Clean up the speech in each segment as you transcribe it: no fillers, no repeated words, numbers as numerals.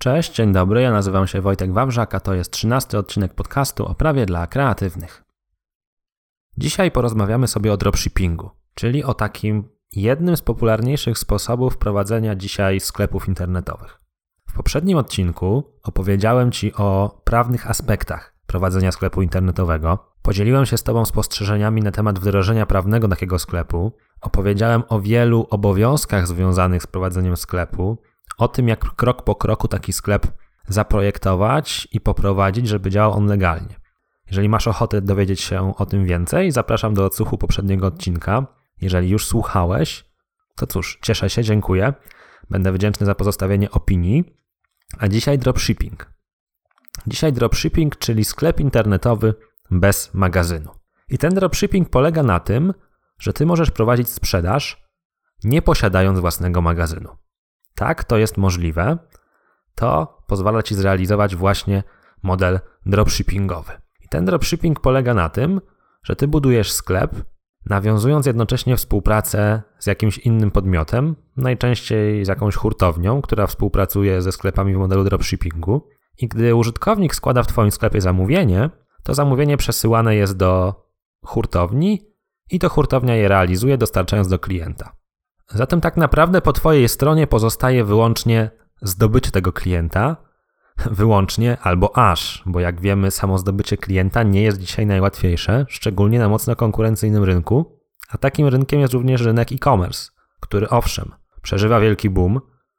Cześć, dzień dobry, ja nazywam się Wojtek Wawrzak, a to jest 13 odcinek podcastu o prawie dla kreatywnych. Dzisiaj porozmawiamy sobie o dropshippingu, czyli o takim jednym z popularniejszych sposobów prowadzenia dzisiaj sklepów internetowych. W poprzednim odcinku opowiedziałem Ci o prawnych aspektach prowadzenia sklepu internetowego. Podzieliłem się z Tobą spostrzeżeniami na temat wdrożenia prawnego takiego sklepu. Opowiedziałem o wielu obowiązkach związanych z prowadzeniem sklepu, o tym, jak krok po kroku taki sklep zaprojektować i poprowadzić, żeby działał on legalnie. Jeżeli masz ochotę dowiedzieć się o tym więcej, zapraszam do odsłuchu poprzedniego odcinka. Jeżeli już słuchałeś, to cóż, cieszę się, dziękuję. Będę wdzięczny za pozostawienie opinii. A dzisiaj dropshipping. Dzisiaj dropshipping, czyli sklep internetowy bez magazynu. I ten dropshipping polega na tym, że ty możesz prowadzić sprzedaż, nie posiadając własnego magazynu. Tak, to jest możliwe. To pozwala ci zrealizować właśnie model dropshippingowy. I ten dropshipping polega na tym, że ty budujesz sklep, nawiązując jednocześnie współpracę z jakimś innym podmiotem, najczęściej z jakąś hurtownią, która współpracuje ze sklepami w modelu dropshippingu. I gdy użytkownik składa w twoim sklepie zamówienie, to zamówienie przesyłane jest do hurtowni i to hurtownia je realizuje, dostarczając do klienta. Zatem tak naprawdę po twojej stronie pozostaje wyłącznie zdobycie tego klienta, wyłącznie albo aż, bo jak wiemy, samo zdobycie klienta nie jest dzisiaj najłatwiejsze, szczególnie na mocno konkurencyjnym rynku, a takim rynkiem jest również rynek e-commerce, który owszem, przeżywa wielki boom,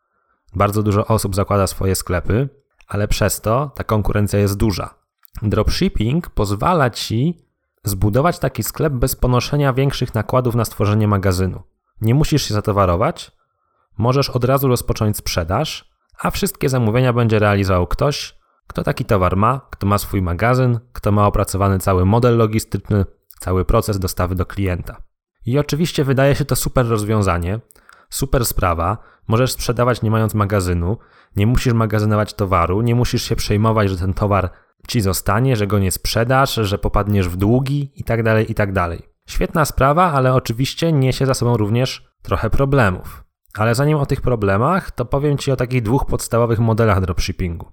bardzo dużo osób zakłada swoje sklepy, ale przez to ta konkurencja jest duża. Dropshipping pozwala ci zbudować taki sklep bez ponoszenia większych nakładów na stworzenie magazynu. Nie musisz się zatowarować, możesz od razu rozpocząć sprzedaż, a wszystkie zamówienia będzie realizował ktoś, kto taki towar ma, kto ma swój magazyn, kto ma opracowany cały model logistyczny, cały proces dostawy do klienta. I oczywiście wydaje się to super rozwiązanie, super sprawa, możesz sprzedawać nie mając magazynu, nie musisz magazynować towaru, nie musisz się przejmować, że ten towar ci zostanie, że go nie sprzedasz, że popadniesz w długi itd., itd. Świetna sprawa, ale oczywiście niesie za sobą również trochę problemów. Ale zanim o tych problemach, to powiem Ci o takich dwóch podstawowych modelach dropshippingu.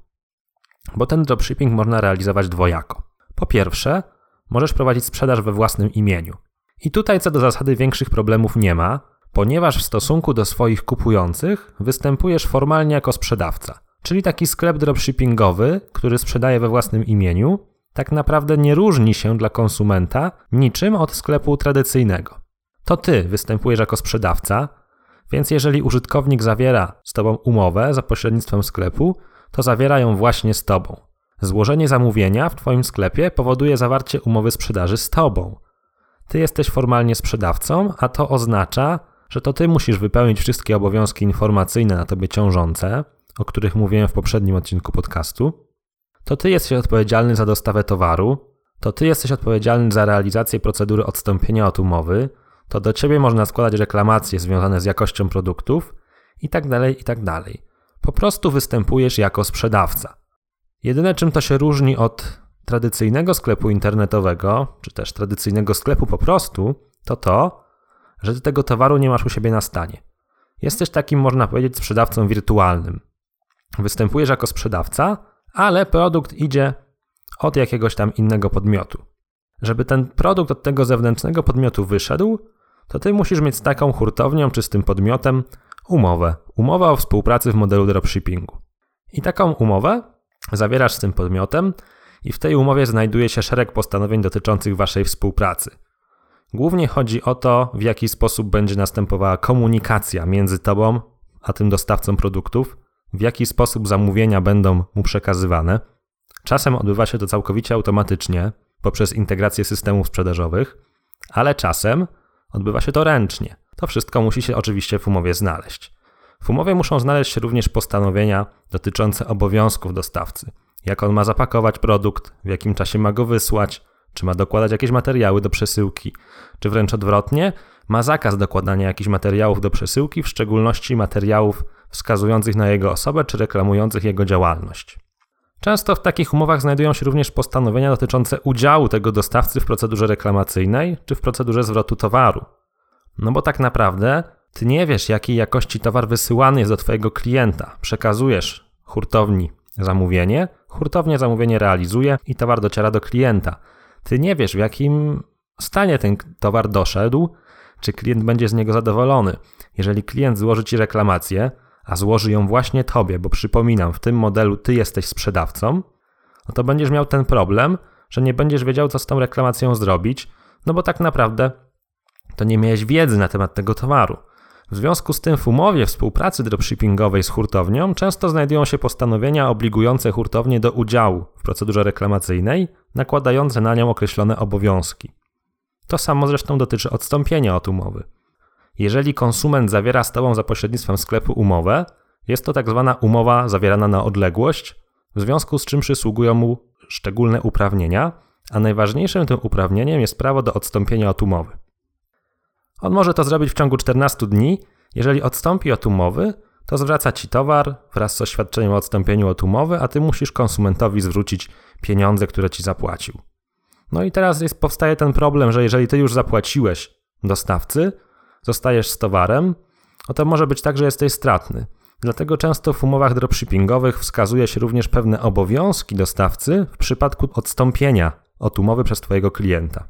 Bo ten dropshipping można realizować dwojako. Po pierwsze, możesz prowadzić sprzedaż we własnym imieniu. I tutaj co do zasady większych problemów nie ma, ponieważ w stosunku do swoich kupujących występujesz formalnie jako sprzedawca. Czyli taki sklep dropshippingowy, który sprzedaje we własnym imieniu, tak naprawdę nie różni się dla konsumenta niczym od sklepu tradycyjnego. To ty występujesz jako sprzedawca, więc jeżeli użytkownik zawiera z tobą umowę za pośrednictwem sklepu, to zawiera ją właśnie z tobą. Złożenie zamówienia w twoim sklepie powoduje zawarcie umowy sprzedaży z tobą. Ty jesteś formalnie sprzedawcą, a to oznacza, że to ty musisz wypełnić wszystkie obowiązki informacyjne na tobie ciążące, o których mówiłem w poprzednim odcinku podcastu. To ty jesteś odpowiedzialny za dostawę towaru, to ty jesteś odpowiedzialny za realizację procedury odstąpienia od umowy, to do ciebie można składać reklamacje związane z jakością produktów itd., itd. Po prostu występujesz jako sprzedawca. Jedyne czym to się różni od tradycyjnego sklepu internetowego, czy też tradycyjnego sklepu po prostu, to, że ty tego towaru nie masz u siebie na stanie. Jesteś takim, można powiedzieć, sprzedawcą wirtualnym. Występujesz jako sprzedawca, ale produkt idzie od jakiegoś tam innego podmiotu. Żeby ten produkt od tego zewnętrznego podmiotu wyszedł, to ty musisz mieć z taką hurtownią czy z tym podmiotem umowę o współpracy w modelu dropshippingu. I taką umowę zawierasz z tym podmiotem i w tej umowie znajduje się szereg postanowień dotyczących waszej współpracy. Głównie chodzi o to, w jaki sposób będzie następowała komunikacja między tobą a tym dostawcą produktów, w jaki sposób zamówienia będą mu przekazywane. Czasem odbywa się to całkowicie automatycznie poprzez integrację systemów sprzedażowych, ale czasem odbywa się to ręcznie. To wszystko musi się oczywiście w umowie znaleźć. W umowie muszą znaleźć się również postanowienia dotyczące obowiązków dostawcy. Jak on ma zapakować produkt, w jakim czasie ma go wysłać, czy ma dokładać jakieś materiały do przesyłki, czy wręcz odwrotnie, ma zakaz dokładania jakichś materiałów do przesyłki, w szczególności materiałów wskazujących na jego osobę, czy reklamujących jego działalność. Często w takich umowach znajdują się również postanowienia dotyczące udziału tego dostawcy w procedurze reklamacyjnej czy w procedurze zwrotu towaru. No bo tak naprawdę ty nie wiesz, jakiej jakości towar wysyłany jest do twojego klienta. Przekazujesz hurtowni zamówienie, hurtownia zamówienie realizuje i towar dociera do klienta. Ty nie wiesz, w jakim stanie ten towar doszedł, czy klient będzie z niego zadowolony. Jeżeli klient złoży ci reklamację, a złoży ją właśnie tobie, bo przypominam, w tym modelu ty jesteś sprzedawcą, no to będziesz miał ten problem, że nie będziesz wiedział, co z tą reklamacją zrobić, no bo tak naprawdę to nie miałeś wiedzy na temat tego towaru. W związku z tym w umowie współpracy dropshippingowej z hurtownią często znajdują się postanowienia obligujące hurtownię do udziału w procedurze reklamacyjnej, nakładające na nią określone obowiązki. To samo zresztą dotyczy odstąpienia od umowy. Jeżeli konsument zawiera z tobą za pośrednictwem sklepu umowę, jest to tak zwana umowa zawierana na odległość, w związku z czym przysługują mu szczególne uprawnienia, a najważniejszym tym uprawnieniem jest prawo do odstąpienia od umowy. On może to zrobić w ciągu 14 dni. Jeżeli odstąpi od umowy, to zwraca ci towar wraz z oświadczeniem o odstąpieniu od umowy, a ty musisz konsumentowi zwrócić pieniądze, które ci zapłacił. No i teraz powstaje ten problem, że jeżeli ty już zapłaciłeś dostawcy, zostajesz z towarem, no to może być tak, że jesteś stratny. Dlatego często w umowach dropshippingowych wskazuje się również pewne obowiązki dostawcy w przypadku odstąpienia od umowy przez twojego klienta.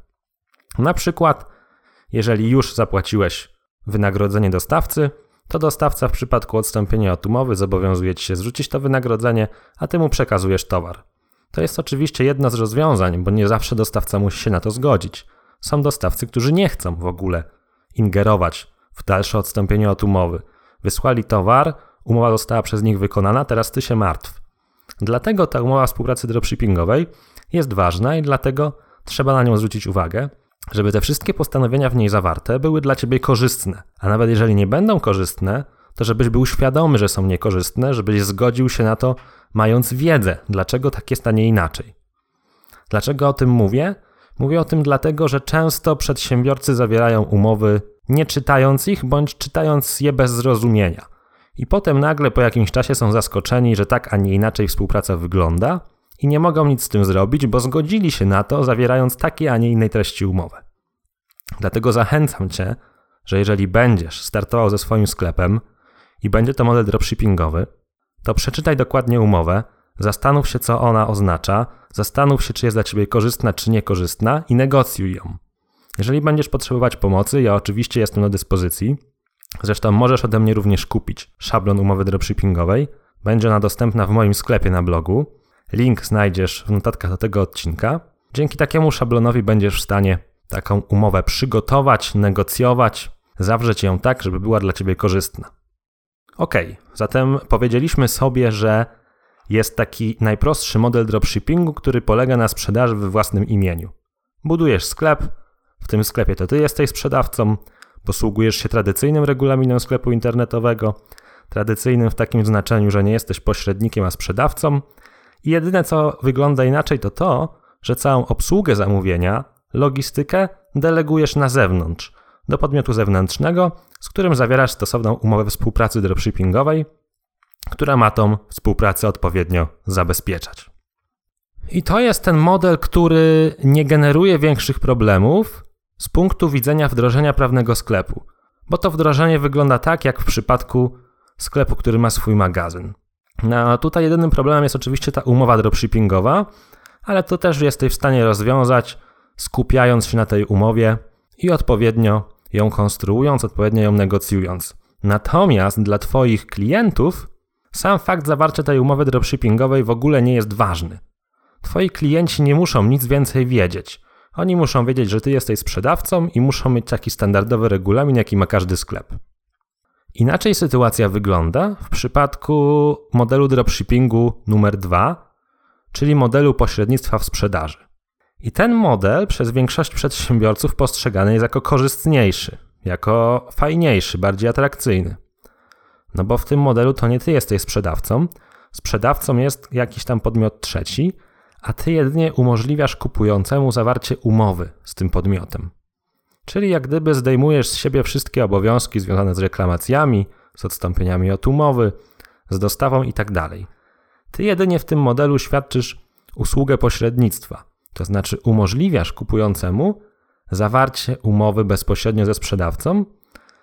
Na przykład, jeżeli już zapłaciłeś wynagrodzenie dostawcy, to dostawca w przypadku odstąpienia od umowy zobowiązuje ci się zwrócić to wynagrodzenie, a ty mu przekazujesz towar. To jest oczywiście jedno z rozwiązań, bo nie zawsze dostawca musi się na to zgodzić. Są dostawcy, którzy nie chcą w ogóle ingerować w dalsze odstąpienie od umowy. Wysłali towar, umowa została przez nich wykonana, teraz ty się martw. Dlatego ta umowa współpracy dropshippingowej jest ważna i dlatego trzeba na nią zwrócić uwagę, żeby te wszystkie postanowienia w niej zawarte były dla ciebie korzystne. A nawet jeżeli nie będą korzystne, to żebyś był świadomy, że są niekorzystne, żebyś zgodził się na to, mając wiedzę, dlaczego tak jest, a nie inaczej. Dlaczego o tym mówię? Mówię o tym dlatego, że często przedsiębiorcy zawierają umowy nie czytając ich, bądź czytając je bez zrozumienia. I potem nagle po jakimś czasie są zaskoczeni, że tak, a nie inaczej współpraca wygląda i nie mogą nic z tym zrobić, bo zgodzili się na to, zawierając takiej, a nie innej treści umowę. Dlatego zachęcam cię, że jeżeli będziesz startował ze swoim sklepem i będzie to model dropshippingowy, to przeczytaj dokładnie umowę, zastanów się, co ona oznacza, zastanów się, czy jest dla ciebie korzystna, czy niekorzystna i negocjuj ją. Jeżeli będziesz potrzebować pomocy, ja oczywiście jestem do dyspozycji. Zresztą możesz ode mnie również kupić szablon umowy dropshippingowej. Będzie ona dostępna w moim sklepie na blogu. Link znajdziesz w notatkach do tego odcinka. Dzięki takiemu szablonowi będziesz w stanie taką umowę przygotować, negocjować, zawrzeć ją tak, żeby była dla ciebie korzystna. Zatem powiedzieliśmy sobie, że jest taki najprostszy model dropshippingu, który polega na sprzedaży we własnym imieniu. Budujesz sklep, w tym sklepie to ty jesteś sprzedawcą, posługujesz się tradycyjnym regulaminem sklepu internetowego, tradycyjnym w takim znaczeniu, że nie jesteś pośrednikiem, a sprzedawcą i jedyne co wygląda inaczej to, że całą obsługę zamówienia, logistykę delegujesz na zewnątrz, do podmiotu zewnętrznego, z którym zawierasz stosowną umowę współpracy dropshippingowej, która ma tą współpracę odpowiednio zabezpieczać. I to jest ten model, który nie generuje większych problemów z punktu widzenia wdrożenia prawnego sklepu, bo to wdrożenie wygląda tak, jak w przypadku sklepu, który ma swój magazyn. No, tutaj jedynym problemem jest oczywiście ta umowa dropshippingowa, ale to też jesteś w stanie rozwiązać, skupiając się na tej umowie i odpowiednio ją konstruując, odpowiednio ją negocjując. Natomiast dla twoich klientów sam fakt zawarcia tej umowy dropshippingowej w ogóle nie jest ważny. Twoi klienci nie muszą nic więcej wiedzieć. Oni muszą wiedzieć, że ty jesteś sprzedawcą i muszą mieć taki standardowy regulamin, jaki ma każdy sklep. Inaczej sytuacja wygląda w przypadku modelu dropshippingu numer 2, czyli modelu pośrednictwa w sprzedaży. I ten model przez większość przedsiębiorców postrzegany jest jako korzystniejszy, jako fajniejszy, bardziej atrakcyjny. No bo w tym modelu to nie ty jesteś sprzedawcą jest jakiś tam podmiot trzeci, a ty jedynie umożliwiasz kupującemu zawarcie umowy z tym podmiotem. Czyli jak gdyby zdejmujesz z siebie wszystkie obowiązki związane z reklamacjami, z odstąpieniami od umowy, z dostawą itd. Ty jedynie w tym modelu świadczysz usługę pośrednictwa, to znaczy umożliwiasz kupującemu zawarcie umowy bezpośrednio ze sprzedawcą,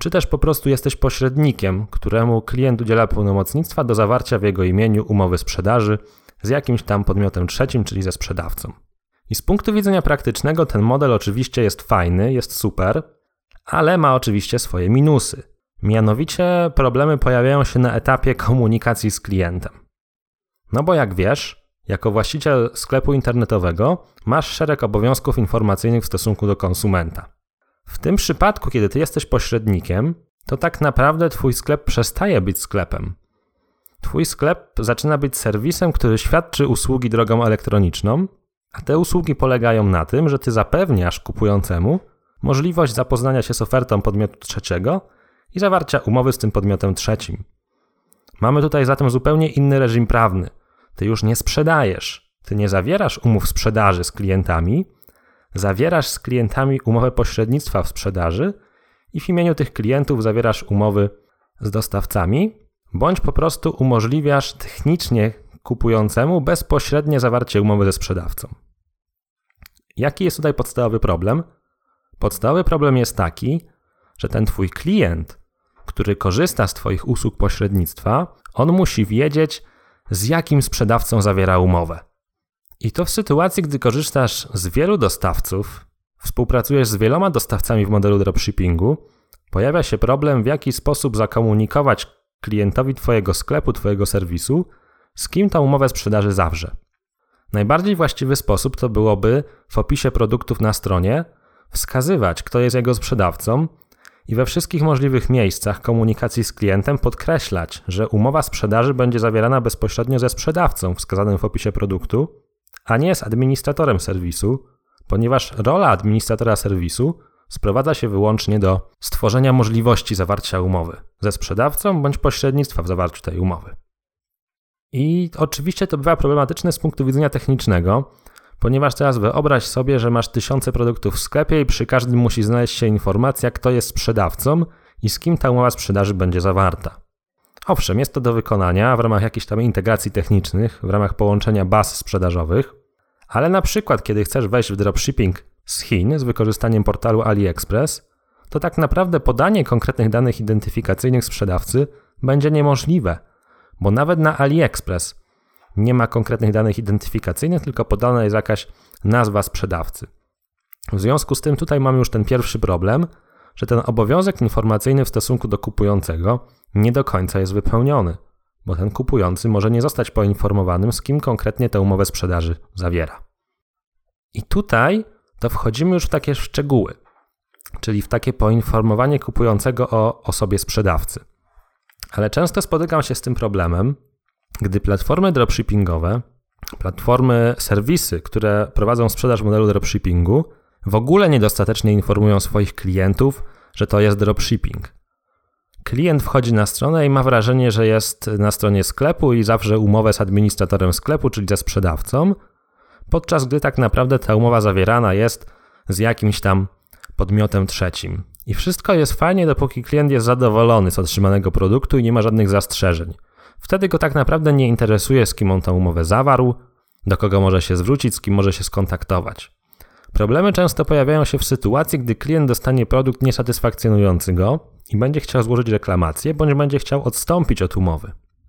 czy też po prostu jesteś pośrednikiem, któremu klient udziela pełnomocnictwa do zawarcia w jego imieniu umowy sprzedaży z jakimś tam podmiotem trzecim, czyli ze sprzedawcą. I z punktu widzenia praktycznego ten model oczywiście jest fajny, jest super, ale ma oczywiście swoje minusy. Mianowicie problemy pojawiają się na etapie komunikacji z klientem. No bo jak wiesz, jako właściciel sklepu internetowego masz szereg obowiązków informacyjnych w stosunku do konsumenta. W tym przypadku, kiedy ty jesteś pośrednikiem, to tak naprawdę twój sklep przestaje być sklepem. Twój sklep zaczyna być serwisem, który świadczy usługi drogą elektroniczną, a te usługi polegają na tym, że ty zapewniasz kupującemu możliwość zapoznania się z ofertą podmiotu trzeciego i zawarcia umowy z tym podmiotem trzecim. Mamy tutaj zatem zupełnie inny reżim prawny. Ty już nie sprzedajesz, ty nie zawierasz umów sprzedaży z klientami, zawierasz z klientami umowę pośrednictwa w sprzedaży i w imieniu tych klientów zawierasz umowy z dostawcami, bądź po prostu umożliwiasz technicznie kupującemu bezpośrednie zawarcie umowy ze sprzedawcą. Jaki jest tutaj podstawowy problem? Podstawowy problem jest taki, że ten twój klient, który korzysta z twoich usług pośrednictwa, on musi wiedzieć, z jakim sprzedawcą zawiera umowę. I to w sytuacji, gdy korzystasz z wielu dostawców, współpracujesz z wieloma dostawcami w modelu dropshippingu, pojawia się problem, w jaki sposób zakomunikować klientowi twojego sklepu, twojego serwisu, z kim tą umowę sprzedaży zawrze. Najbardziej właściwy sposób to byłoby w opisie produktów na stronie wskazywać, kto jest jego sprzedawcą i we wszystkich możliwych miejscach komunikacji z klientem podkreślać, że umowa sprzedaży będzie zawierana bezpośrednio ze sprzedawcą wskazanym w opisie produktu, a nie z administratorem serwisu, ponieważ rola administratora serwisu sprowadza się wyłącznie do stworzenia możliwości zawarcia umowy ze sprzedawcą bądź pośrednictwa w zawarciu tej umowy. I oczywiście to bywa problematyczne z punktu widzenia technicznego, ponieważ teraz wyobraź sobie, że masz tysiące produktów w sklepie i przy każdym musi znaleźć się informacja, kto jest sprzedawcą i z kim ta umowa sprzedaży będzie zawarta. Owszem, jest to do wykonania w ramach jakichś tam integracji technicznych, w ramach połączenia baz sprzedażowych, ale na przykład kiedy chcesz wejść w dropshipping z Chin z wykorzystaniem portalu AliExpress, to tak naprawdę podanie konkretnych danych identyfikacyjnych sprzedawcy będzie niemożliwe, bo nawet na AliExpress nie ma konkretnych danych identyfikacyjnych, tylko podana jest jakaś nazwa sprzedawcy. W związku z tym tutaj mamy już ten pierwszy problem, że ten obowiązek informacyjny w stosunku do kupującego nie do końca jest wypełniony, bo ten kupujący może nie zostać poinformowanym, z kim konkretnie tę umowę sprzedaży zawiera. I tutaj to wchodzimy już w takie szczegóły, czyli w takie poinformowanie kupującego o osobie sprzedawcy. Ale często spotykam się z tym problemem, gdy platformy dropshippingowe, platformy, serwisy, które prowadzą sprzedaż w modelu dropshippingu, w ogóle niedostatecznie informują swoich klientów, że to jest dropshipping. Klient wchodzi na stronę i ma wrażenie, że jest na stronie sklepu i zawrze umowę z administratorem sklepu, czyli ze sprzedawcą, podczas gdy tak naprawdę ta umowa zawierana jest z jakimś tam podmiotem trzecim. I wszystko jest fajnie, dopóki klient jest zadowolony z otrzymanego produktu i nie ma żadnych zastrzeżeń. Wtedy go tak naprawdę nie interesuje, z kim on tę umowę zawarł, do kogo może się zwrócić, z kim może się skontaktować. Problemy często pojawiają się w sytuacji, gdy klient dostanie produkt niesatysfakcjonujący go i będzie chciał złożyć reklamację, bądź będzie chciał odstąpić od umowy.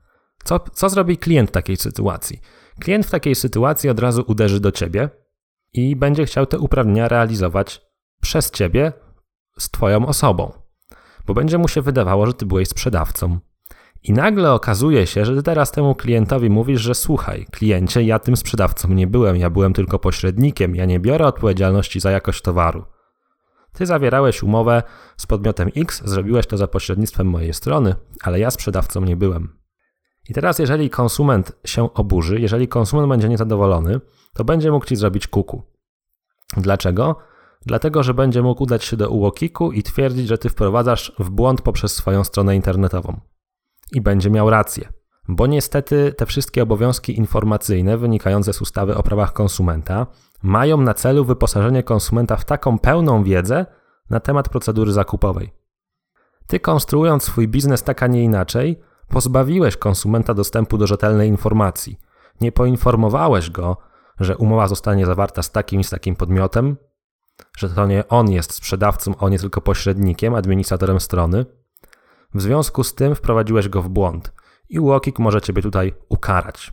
Co zrobi klient w takiej sytuacji? Klient w takiej sytuacji od razu uderzy do ciebie i będzie chciał te uprawnienia realizować przez ciebie z twoją osobą, bo będzie mu się wydawało, że ty byłeś sprzedawcą. I nagle okazuje się, że ty teraz temu klientowi mówisz, że słuchaj, kliencie, ja tym sprzedawcą nie byłem, ja byłem tylko pośrednikiem, ja nie biorę odpowiedzialności za jakość towaru. Ty zawierałeś umowę z podmiotem X, zrobiłeś to za pośrednictwem mojej strony, ale ja sprzedawcą nie byłem. I teraz jeżeli konsument się oburzy, jeżeli konsument będzie niezadowolony, to będzie mógł ci zrobić kuku. Dlaczego? Dlatego, że będzie mógł udać się do UOKiK-u i twierdzić, że ty wprowadzasz w błąd poprzez swoją stronę internetową. I będzie miał rację, bo niestety te wszystkie obowiązki informacyjne wynikające z ustawy o prawach konsumenta mają na celu wyposażenie konsumenta w taką pełną wiedzę na temat procedury zakupowej. Ty konstruując swój biznes tak, a nie inaczej, pozbawiłeś konsumenta dostępu do rzetelnej informacji. Nie poinformowałeś go, że umowa zostanie zawarta z takim i z takim podmiotem, że to nie on jest sprzedawcą, on jest tylko pośrednikiem, administratorem strony. W związku z tym wprowadziłeś go w błąd i UOKiK może ciebie tutaj ukarać.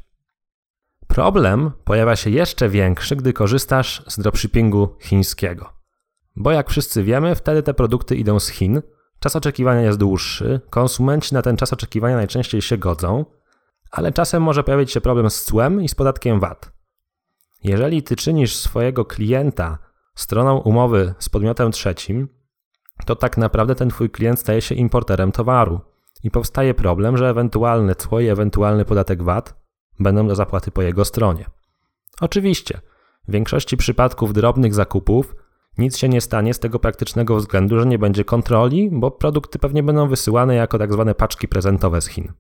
Problem pojawia się jeszcze większy, gdy korzystasz z dropshippingu chińskiego. Bo jak wszyscy wiemy, wtedy te produkty idą z Chin, czas oczekiwania jest dłuższy, konsumenci na ten czas oczekiwania najczęściej się godzą, ale czasem może pojawić się problem z cłem i z podatkiem VAT. Jeżeli ty czynisz swojego klienta stroną umowy z podmiotem trzecim, to tak naprawdę ten twój klient staje się importerem towaru i powstaje problem, że ewentualne cło i ewentualny podatek VAT będą do zapłaty po jego stronie. Oczywiście, w większości przypadków drobnych zakupów nic się nie stanie z tego praktycznego względu, że nie będzie kontroli, bo produkty pewnie będą wysyłane jako tak zwane paczki prezentowe z Chin.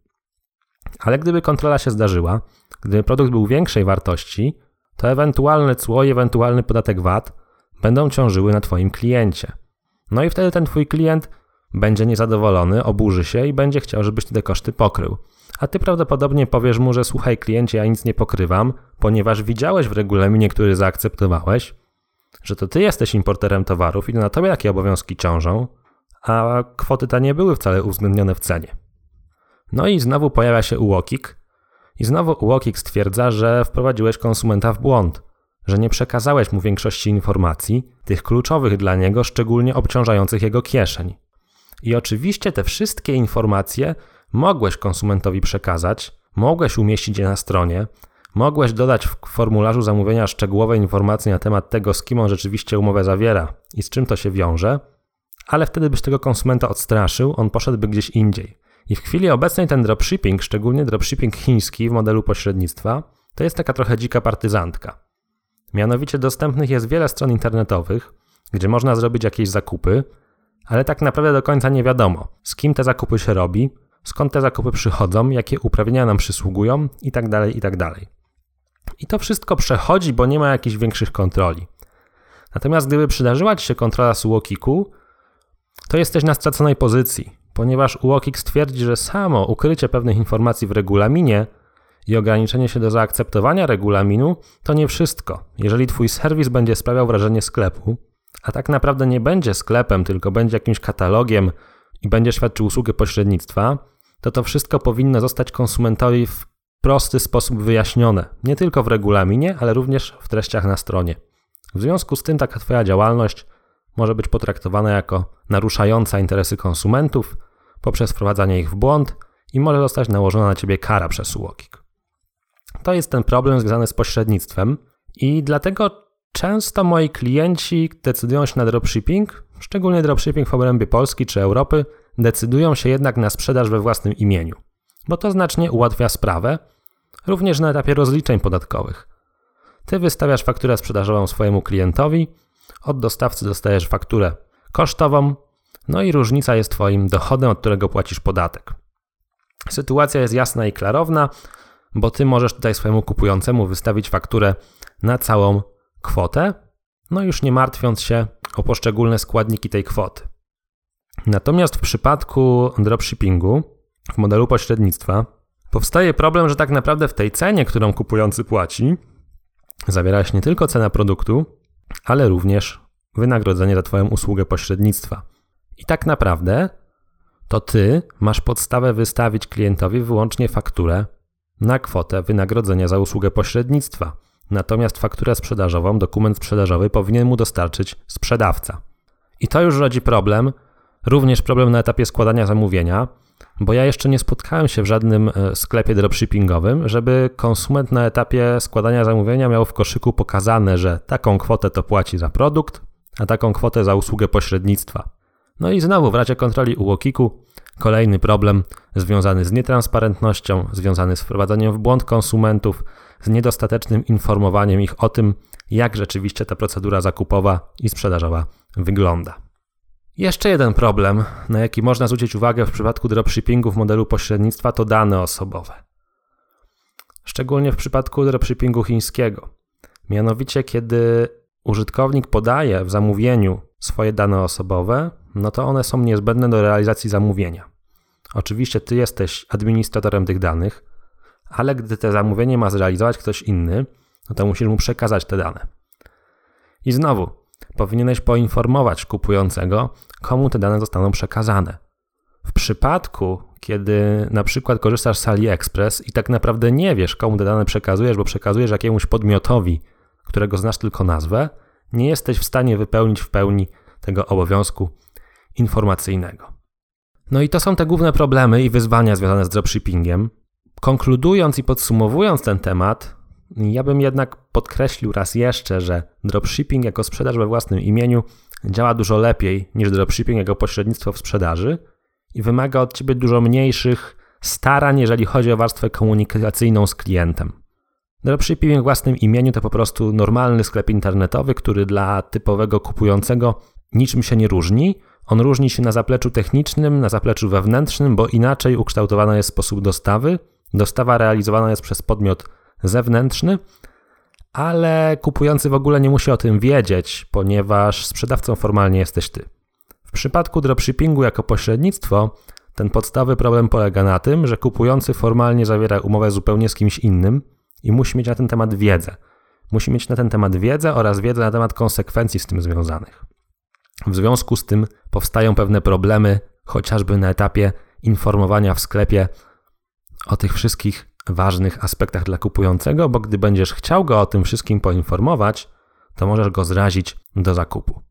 Ale gdyby kontrola się zdarzyła, gdyby produkt był większej wartości, to ewentualne cło i ewentualny podatek VAT będą ciążyły na twoim kliencie. No i wtedy ten twój klient będzie niezadowolony, oburzy się i będzie chciał, żebyś ty te koszty pokrył. A ty prawdopodobnie powiesz mu, że słuchaj kliencie, ja nic nie pokrywam, ponieważ widziałeś w regulaminie, który zaakceptowałeś, że to ty jesteś importerem towarów i na tobie takie obowiązki ciążą, a kwoty te nie były wcale uwzględnione w cenie. No i znowu pojawia się UOKiK i znowu UOKiK stwierdza, że wprowadziłeś konsumenta w błąd, że nie przekazałeś mu większości informacji, tych kluczowych dla niego, szczególnie obciążających jego kieszeń. I oczywiście te wszystkie informacje mogłeś konsumentowi przekazać, mogłeś umieścić je na stronie, mogłeś dodać w formularzu zamówienia szczegółowe informacje na temat tego, z kim on rzeczywiście umowę zawiera i z czym to się wiąże, ale wtedy byś tego konsumenta odstraszył, on poszedłby gdzieś indziej. I w chwili obecnej ten dropshipping, szczególnie dropshipping chiński w modelu pośrednictwa, to jest taka trochę dzika partyzantka. Mianowicie dostępnych jest wiele stron internetowych, gdzie można zrobić jakieś zakupy, ale tak naprawdę do końca nie wiadomo, z kim te zakupy się robi, skąd te zakupy przychodzą, jakie uprawnienia nam przysługują itd., itd. I to wszystko przechodzi, bo nie ma jakichś większych kontroli. Natomiast gdyby przydarzyła ci się kontrola z UOKiK-u, to jesteś na straconej pozycji, ponieważ UOKiK stwierdzi, że samo ukrycie pewnych informacji w regulaminie i ograniczenie się do zaakceptowania regulaminu to nie wszystko. Jeżeli twój serwis będzie sprawiał wrażenie sklepu, a tak naprawdę nie będzie sklepem, tylko będzie jakimś katalogiem i będzie świadczył usługę pośrednictwa, to wszystko powinno zostać konsumentowi w prosty sposób wyjaśnione. Nie tylko w regulaminie, ale również w treściach na stronie. W związku z tym taka twoja działalność może być potraktowana jako naruszająca interesy konsumentów poprzez wprowadzanie ich w błąd i może zostać nałożona na ciebie kara przez UOKiK. To jest ten problem związany z pośrednictwem i dlatego często moi klienci decydują się na dropshipping, szczególnie dropshipping w obrębie Polski czy Europy, decydują się jednak na sprzedaż we własnym imieniu, bo to znacznie ułatwia sprawę, również na etapie rozliczeń podatkowych. Ty wystawiasz fakturę sprzedażową swojemu klientowi, od dostawcy dostajesz fakturę kosztową, no i różnica jest twoim dochodem, od którego płacisz podatek. Sytuacja jest jasna i klarowna, bo ty możesz tutaj swojemu kupującemu wystawić fakturę na całą kwotę, no już nie martwiąc się o poszczególne składniki tej kwoty. Natomiast w przypadku dropshippingu, w modelu pośrednictwa, powstaje problem, że tak naprawdę w tej cenie, którą kupujący płaci, zawiera się nie tylko cena produktu, ale również wynagrodzenie za twoją usługę pośrednictwa. I tak naprawdę to ty masz podstawę wystawić klientowi wyłącznie fakturę na kwotę wynagrodzenia za usługę pośrednictwa. Natomiast fakturę sprzedażową, dokument sprzedażowy powinien mu dostarczyć sprzedawca. I to już rodzi problem, również problem na etapie składania zamówienia, bo ja jeszcze nie spotkałem się w żadnym sklepie dropshippingowym, żeby konsument na etapie składania zamówienia miał w koszyku pokazane, że taką kwotę to płaci za produkt, a taką kwotę za usługę pośrednictwa. No i znowu w razie kontroli UOKiK-u kolejny problem związany z nietransparentnością, związany z wprowadzaniem w błąd konsumentów, z niedostatecznym informowaniem ich o tym, jak rzeczywiście ta procedura zakupowa i sprzedażowa wygląda. Jeszcze jeden problem, na jaki można zwrócić uwagę w przypadku dropshippingu w modelu pośrednictwa, to dane osobowe. Szczególnie w przypadku dropshippingu chińskiego. Mianowicie, kiedy użytkownik podaje w zamówieniu swoje dane osobowe, no to one są niezbędne do realizacji zamówienia. Oczywiście ty jesteś administratorem tych danych, ale gdy to zamówienie ma zrealizować ktoś inny, no to musisz mu przekazać te dane. I znowu, Powinieneś poinformować kupującego, komu te dane zostaną przekazane. W przypadku, kiedy na przykład korzystasz z AliExpress i tak naprawdę nie wiesz, komu te dane przekazujesz, bo przekazujesz jakiemuś podmiotowi, którego znasz tylko nazwę, nie jesteś w stanie wypełnić w pełni tego obowiązku informacyjnego. No i to są te główne problemy i wyzwania związane z dropshippingiem. Konkludując i podsumowując ten temat, ja bym jednak podkreślił raz jeszcze, że dropshipping jako sprzedaż we własnym imieniu działa dużo lepiej niż dropshipping jako pośrednictwo w sprzedaży i wymaga od ciebie dużo mniejszych starań, jeżeli chodzi o warstwę komunikacyjną z klientem. Dropshipping we własnym imieniu to po prostu normalny sklep internetowy, który dla typowego kupującego niczym się nie różni. On różni się na zapleczu technicznym, na zapleczu wewnętrznym, bo inaczej ukształtowany jest sposób dostawy. Dostawa realizowana jest przez podmiot zewnętrzny, ale kupujący w ogóle nie musi o tym wiedzieć, ponieważ sprzedawcą formalnie jesteś ty. W przypadku dropshippingu jako pośrednictwo ten podstawowy problem polega na tym, że kupujący formalnie zawiera umowę zupełnie z kimś innym i musi mieć na ten temat wiedzę. Musi mieć na ten temat wiedzę oraz wiedzę na temat konsekwencji z tym związanych. W związku z tym powstają pewne problemy, chociażby na etapie informowania w sklepie o tych wszystkich ważnych aspektach dla kupującego, bo gdy będziesz chciał go o tym wszystkim poinformować, to możesz go zrazić do zakupu.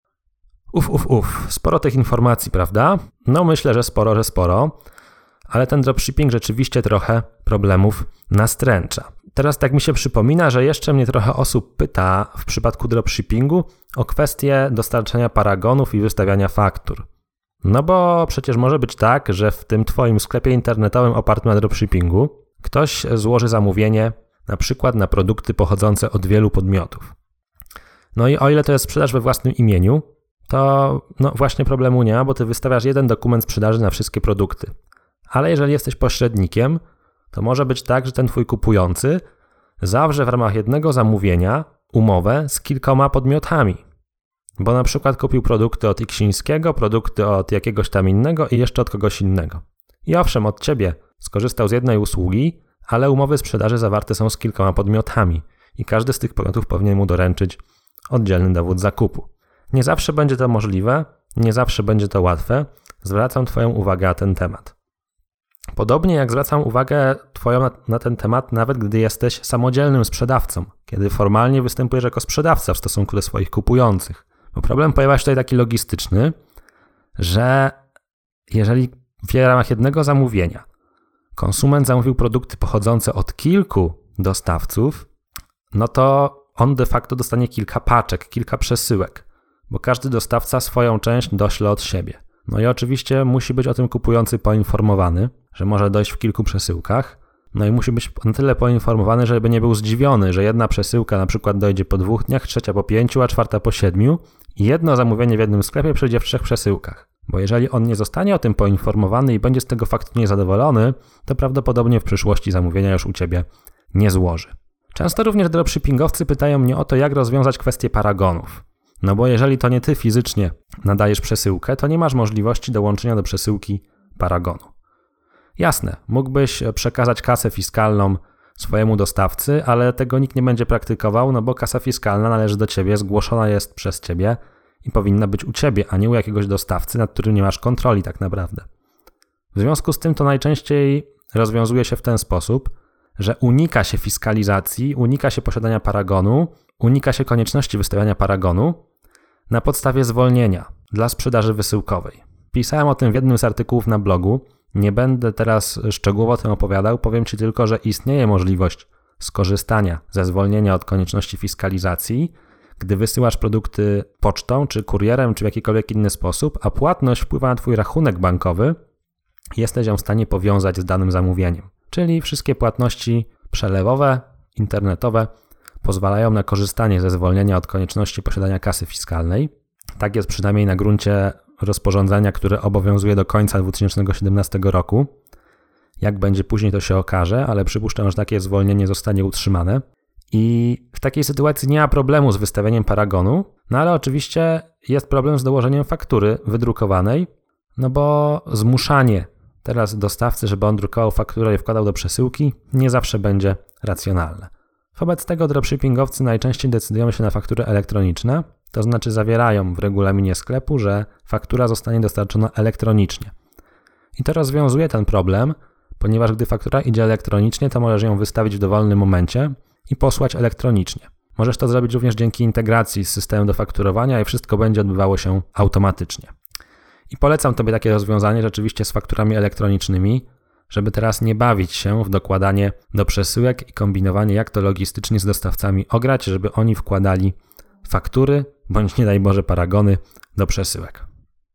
Sporo tych informacji, prawda? No myślę, że sporo, ale ten dropshipping rzeczywiście trochę problemów nastręcza. Teraz tak mi się przypomina, że jeszcze mnie trochę osób pyta w przypadku dropshippingu o kwestię dostarczania paragonów i wystawiania faktur. No bo przecież może być tak, że w tym twoim sklepie internetowym opartym na dropshippingu ktoś złoży zamówienie na przykład na produkty pochodzące od wielu podmiotów. No i o ile to jest sprzedaż we własnym imieniu, to właśnie problemu nie ma, bo ty wystawiasz jeden dokument sprzedaży na wszystkie produkty. Ale jeżeli jesteś pośrednikiem, to może być tak, że ten twój kupujący zawrze w ramach jednego zamówienia umowę z kilkoma podmiotami. Bo na przykład kupił produkty od Iksińskiego, produkty od jakiegoś tam innego i jeszcze od kogoś innego. I owszem, od ciebie skorzystał z jednej usługi, ale umowy sprzedaży zawarte są z kilkoma podmiotami i każdy z tych podmiotów powinien mu doręczyć oddzielny dowód zakupu. Nie zawsze będzie to możliwe, nie zawsze będzie to łatwe. Zwracam twoją uwagę na ten temat. Podobnie jak zwracam uwagę twoją na ten temat, nawet gdy jesteś samodzielnym sprzedawcą, kiedy formalnie występujesz jako sprzedawca w stosunku do swoich kupujących. Bo problem pojawia się tutaj taki logistyczny, że jeżeli w ramach jednego zamówienia konsument zamówił produkty pochodzące od kilku dostawców, no to on de facto dostanie kilka paczek, kilka przesyłek, bo każdy dostawca swoją część dośle od siebie. No i oczywiście musi być o tym kupujący poinformowany, że może dojść w kilku przesyłkach, no i musi być na tyle poinformowany, żeby nie był zdziwiony, że jedna przesyłka na przykład dojdzie po 2 dniach, trzecia po 5, a czwarta po 7 i jedno zamówienie w jednym sklepie przyjdzie w 3 przesyłkach. Bo jeżeli on nie zostanie o tym poinformowany i będzie z tego faktu niezadowolony, to prawdopodobnie w przyszłości zamówienia już u ciebie nie złoży. Często również dropshippingowcy pytają mnie o to, jak rozwiązać kwestię paragonów. No bo jeżeli to nie ty fizycznie nadajesz przesyłkę, to nie masz możliwości dołączenia do przesyłki paragonu. Jasne, mógłbyś przekazać kasę fiskalną swojemu dostawcy, ale tego nikt nie będzie praktykował, no bo kasa fiskalna należy do ciebie, zgłoszona jest przez ciebie i powinna być u ciebie, a nie u jakiegoś dostawcy, nad którym nie masz kontroli tak naprawdę. W związku z tym to najczęściej rozwiązuje się w ten sposób, że unika się fiskalizacji, unika się posiadania paragonu, unika się konieczności wystawiania paragonu na podstawie zwolnienia dla sprzedaży wysyłkowej. Pisałem o tym w jednym z artykułów na blogu. Nie będę teraz szczegółowo o tym opowiadał, powiem ci tylko, że istnieje możliwość skorzystania ze zwolnienia od konieczności fiskalizacji, gdy wysyłasz produkty pocztą, czy kurierem, czy w jakikolwiek inny sposób, a płatność wpływa na twój rachunek bankowy, jesteś ją w stanie powiązać z danym zamówieniem. Czyli wszystkie płatności przelewowe, internetowe pozwalają na korzystanie ze zwolnienia od konieczności posiadania kasy fiskalnej. Tak jest przynajmniej na gruncie rozporządzenia, które obowiązuje do końca 2017 roku. Jak będzie później, to się okaże, ale przypuszczam, że takie zwolnienie zostanie utrzymane. I w takiej sytuacji nie ma problemu z wystawieniem paragonu, no ale oczywiście jest problem z dołożeniem faktury wydrukowanej, no bo zmuszanie teraz dostawcy, żeby on drukował fakturę i wkładał do przesyłki, nie zawsze będzie racjonalne. Wobec tego dropshippingowcy najczęściej decydują się na faktury elektroniczne to znaczy zawierają w regulaminie sklepu, że faktura zostanie dostarczona elektronicznie. I to rozwiązuje ten problem, ponieważ gdy faktura idzie elektronicznie, to możesz ją wystawić w dowolnym momencie i posłać elektronicznie. Możesz to zrobić również dzięki integracji z systemem do fakturowania i wszystko będzie odbywało się automatycznie. I polecam Tobie takie rozwiązanie rzeczywiście z fakturami elektronicznymi, żeby teraz nie bawić się w dokładanie do przesyłek i kombinowanie, jak to logistycznie z dostawcami ograć, żeby oni wkładali faktury, bądź nie daj Boże paragony do przesyłek.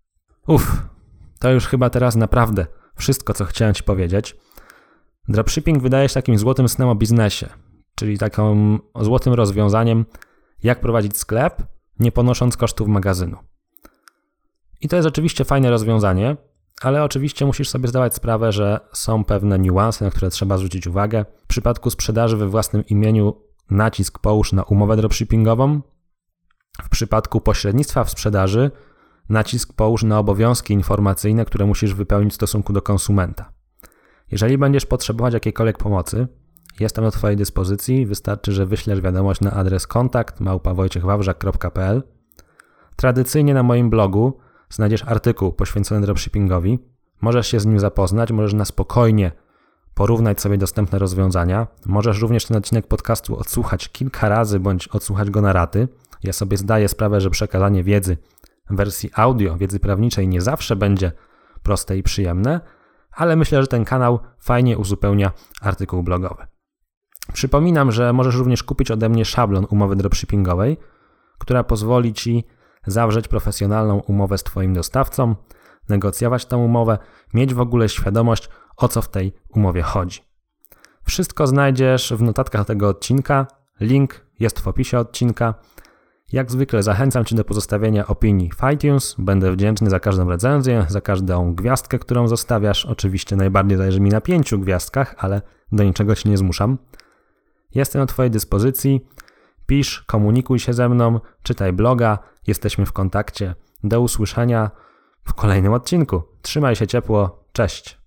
To już chyba teraz naprawdę wszystko, co chciałem Ci powiedzieć. Dropshipping wydaje się takim złotym snem o biznesie, czyli takim złotym rozwiązaniem, jak prowadzić sklep, nie ponosząc kosztów magazynu. I to jest oczywiście fajne rozwiązanie, ale oczywiście musisz sobie zdawać sprawę, że są pewne niuanse, na które trzeba zwrócić uwagę. W przypadku sprzedaży we własnym imieniu nacisk połóż na umowę dropshippingową. W przypadku pośrednictwa w sprzedaży nacisk połóż na obowiązki informacyjne, które musisz wypełnić w stosunku do konsumenta. Jeżeli będziesz potrzebować jakiejkolwiek pomocy, jestem do Twojej dyspozycji. Wystarczy, że wyślesz wiadomość na adres kontakt@wojciechwawrzak.pl. Tradycyjnie na moim blogu znajdziesz artykuł poświęcony dropshippingowi. Możesz się z nim zapoznać, możesz na spokojnie porównać sobie dostępne rozwiązania. Możesz również ten odcinek podcastu odsłuchać kilka razy, bądź odsłuchać go na raty. Ja sobie zdaję sprawę, że przekazanie wiedzy w wersji audio, wiedzy prawniczej nie zawsze będzie proste i przyjemne, ale myślę, że ten kanał fajnie uzupełnia artykuł blogowy. Przypominam, że możesz również kupić ode mnie szablon umowy dropshippingowej, która pozwoli Ci zawrzeć profesjonalną umowę z Twoim dostawcą, negocjować tę umowę, mieć w ogóle świadomość, o co w tej umowie chodzi. Wszystko znajdziesz w notatkach tego odcinka, link jest w opisie odcinka. Jak zwykle zachęcam Cię do pozostawienia opinii w iTunes, będę wdzięczny za każdą recenzję, za każdą gwiazdkę, którą zostawiasz. Oczywiście najbardziej zależy mi na 5 gwiazdkach, ale do niczego Cię nie zmuszam. Jestem do Twojej dyspozycji. Pisz, komunikuj się ze mną, czytaj bloga, jesteśmy w kontakcie. Do usłyszenia w kolejnym odcinku. Trzymaj się ciepło, cześć.